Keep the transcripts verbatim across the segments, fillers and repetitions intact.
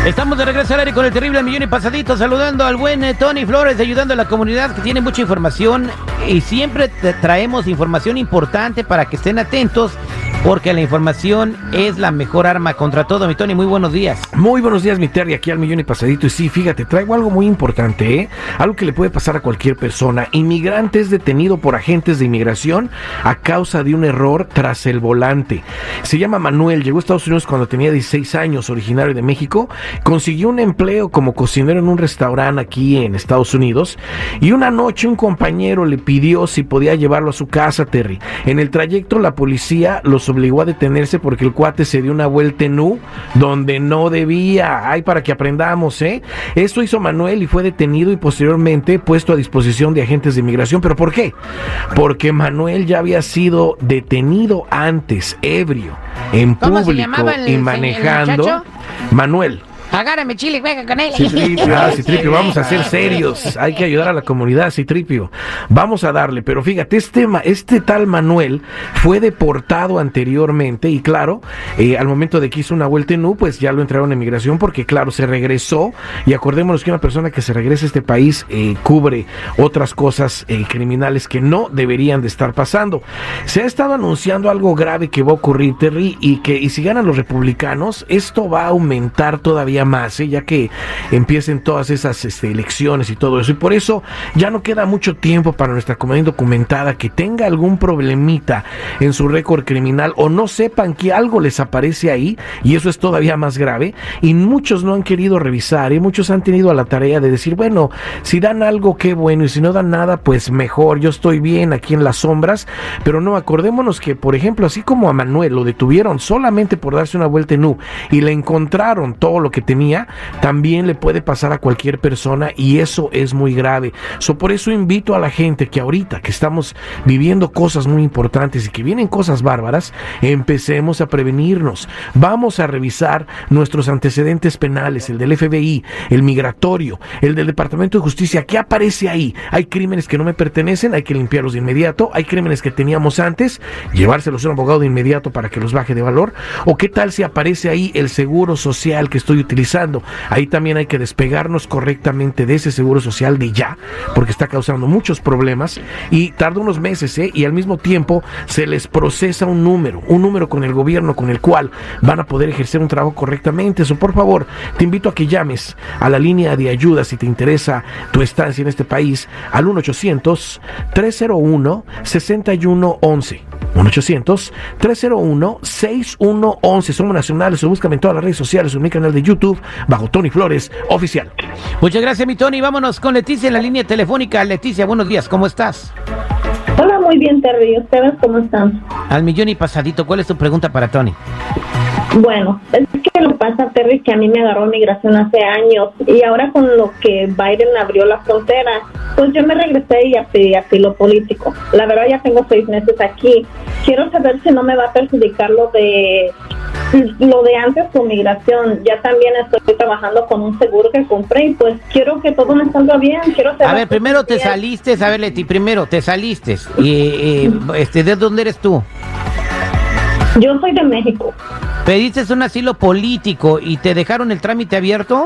Estamos de regreso al aire con el terrible Millón y Pasadito, saludando al buen eh, Tony Flores, ayudando a la comunidad que tiene mucha información y siempre te traemos información importante para que estén atentos, porque la información es la mejor arma contra todo. Mi Tony, muy buenos días. Muy buenos días, mi Terry, aquí al Millón y Pasadito. Y sí, fíjate, traigo algo muy importante, ¿eh? Algo que le puede pasar a cualquier persona. Inmigrante es detenido por agentes de inmigración a causa de un error tras el volante. Se llama Manuel, llegó a Estados Unidos cuando tenía dieciséis años, originario de México. Consiguió un empleo como cocinero en un restaurante aquí en Estados Unidos. Y una noche un compañero le pidió si podía llevarlo a su casa, Terry. En el trayecto la policía los obligó a detenerse porque el cuate se dio una vuelta en U donde no debía. Ay, para que aprendamos, ¿eh? Esto hizo Manuel y fue detenido y posteriormente puesto a disposición de agentes de inmigración. ¿Pero por qué? Porque Manuel ya había sido detenido antes, ebrio, en público y manejando. Manuel. Agárrame, Chile, juega con él. Citripio, ah, Citripio, vamos a ser serios. Hay que ayudar a la comunidad, Citripio. Vamos a darle, pero fíjate, este, este tal Manuel fue deportado anteriormente y claro, eh, al momento de que hizo una vuelta en U, pues ya lo entraron en migración porque claro, se regresó y acordémonos que una persona que se regresa a este país eh, cubre otras cosas eh, criminales que no deberían de estar pasando. Se ha estado anunciando algo grave que va a ocurrir, Terry, y que y si ganan los republicanos, esto va a aumentar todavía más, ¿eh? Ya que empiecen todas esas este, elecciones y todo eso, y por eso ya no queda mucho tiempo para nuestra comunidad indocumentada que tenga algún problemita en su récord criminal o no sepan que algo les aparece ahí, y eso es todavía más grave, y muchos no han querido revisar, y ¿eh? Muchos han tenido a la tarea de decir, bueno, si dan algo, qué bueno, y si no dan nada, pues mejor, yo estoy bien aquí en las sombras, pero no, acordémonos que, por ejemplo, así como a Manuel lo detuvieron solamente por darse una vuelta en U, y le encontraron todo lo que tenía, también le puede pasar a cualquier persona y eso es muy grave. So, por eso invito a la gente que ahorita que estamos viviendo cosas muy importantes y que vienen cosas bárbaras, empecemos a prevenirnos. Vamos a revisar nuestros antecedentes penales, el del F B I, el migratorio, el del Departamento de Justicia. ¿Qué aparece ahí? Hay crímenes que no me pertenecen, hay que limpiarlos de inmediato. Hay crímenes que teníamos antes, llevárselos a un abogado de inmediato para que los baje de valor. ¿O qué tal si aparece ahí el seguro social que estoy utilizando? Ahí también hay que despegarnos correctamente de ese seguro social de ya, porque está causando muchos problemas y tarda unos meses, ¿eh? Y al mismo tiempo se les procesa un número, un número con el gobierno con el cual van a poder ejercer un trabajo correctamente. Eso, por favor, te invito a que llames a la línea de ayuda si te interesa tu estancia en este país al uno ochocientos, tres cero uno, seis uno uno uno. uno ochocientos, tres cero uno, seis uno uno uno. Somos nacionales, o búscame en todas las redes sociales, en mi canal de YouTube, bajo Tony Flores Oficial. Muchas gracias, mi Tony. Vámonos con Leticia en la línea telefónica. Leticia, buenos días, ¿cómo estás? Hola, muy bien, Terry. ¿Ustedes cómo están? Al millón y pasadito. ¿Cuál es tu pregunta para Tony? Bueno, es que lo pasa, Terry, que a mí me agarró migración hace años y ahora con lo que Biden abrió la frontera, pues yo me regresé y pedí asilo político. La verdad ya tengo seis meses aquí. Quiero saber si no me va a perjudicar lo de lo de antes con migración. Ya también estoy trabajando con un seguro que compré y pues quiero que todo me salga bien. Quiero saber. A ver, primero te bien. saliste, a ver, Leti, primero te saliste. Y, eh, este, ¿de dónde eres tú? Yo soy de México. ¿Pediste un asilo político y te dejaron el trámite abierto?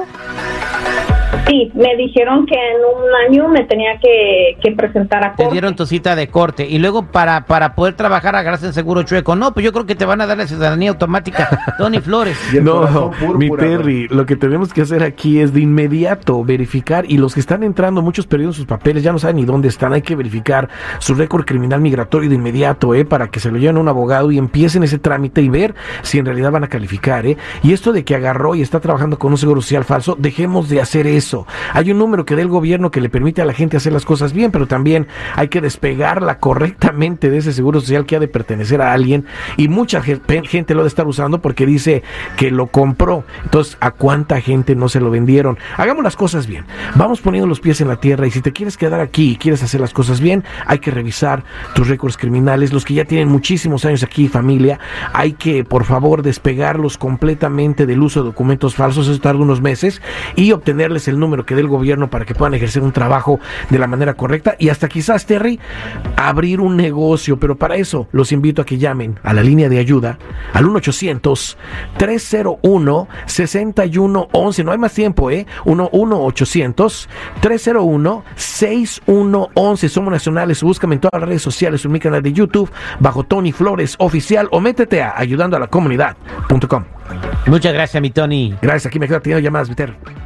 Sí, me dijeron que en un año me tenía que, que presentar a corte. Te dieron tu cita de corte. Y luego para, para poder trabajar agarraste el seguro chueco. No, pues yo creo que te van a dar la ciudadanía automática. Tony Flores. No, mi Terry, lo que tenemos que hacer aquí es de inmediato verificar. Y los que están entrando, muchos perdieron sus papeles, ya no saben ni dónde están. Hay que verificar su récord criminal migratorio de inmediato, ¿eh? Para que se lo lleven a un abogado y empiecen ese trámite y ver si en realidad van a calificar, ¿eh? Y esto de que agarró y está trabajando con un seguro social falso, dejemos de hacer eso. Hay un número que da el gobierno que le permite a la gente hacer las cosas bien, pero también hay que despegarla correctamente de ese seguro social que ha de pertenecer a alguien, y mucha gente lo ha de estar usando porque dice que lo compró. Entonces, ¿a cuánta gente no se lo vendieron? Hagamos las cosas bien, vamos poniendo los pies en la tierra, y si te quieres quedar aquí y quieres hacer las cosas bien, hay que revisar tus récords criminales. Los que ya tienen muchísimos años aquí, familia, hay que, por favor, despegarlos completamente del uso de documentos falsos. Eso tarda unos meses, y obtenerles el número número que dé el gobierno para que puedan ejercer un trabajo de la manera correcta y hasta quizás, Terry, abrir un negocio. Pero para eso los invito a que llamen a la línea de ayuda al uno ochocientos, tres cero uno, seis uno uno uno. No hay más tiempo, ¿eh? uno ochocientos, tres cero uno, seis uno uno uno. Somos nacionales. Búscame en todas las redes sociales, en mi canal de YouTube, bajo Tony Flores Oficial, o métete a ayudando a la comunidad punto com. Muchas gracias, mi Tony. Gracias, aquí me quedo teniendo llamadas, Viter.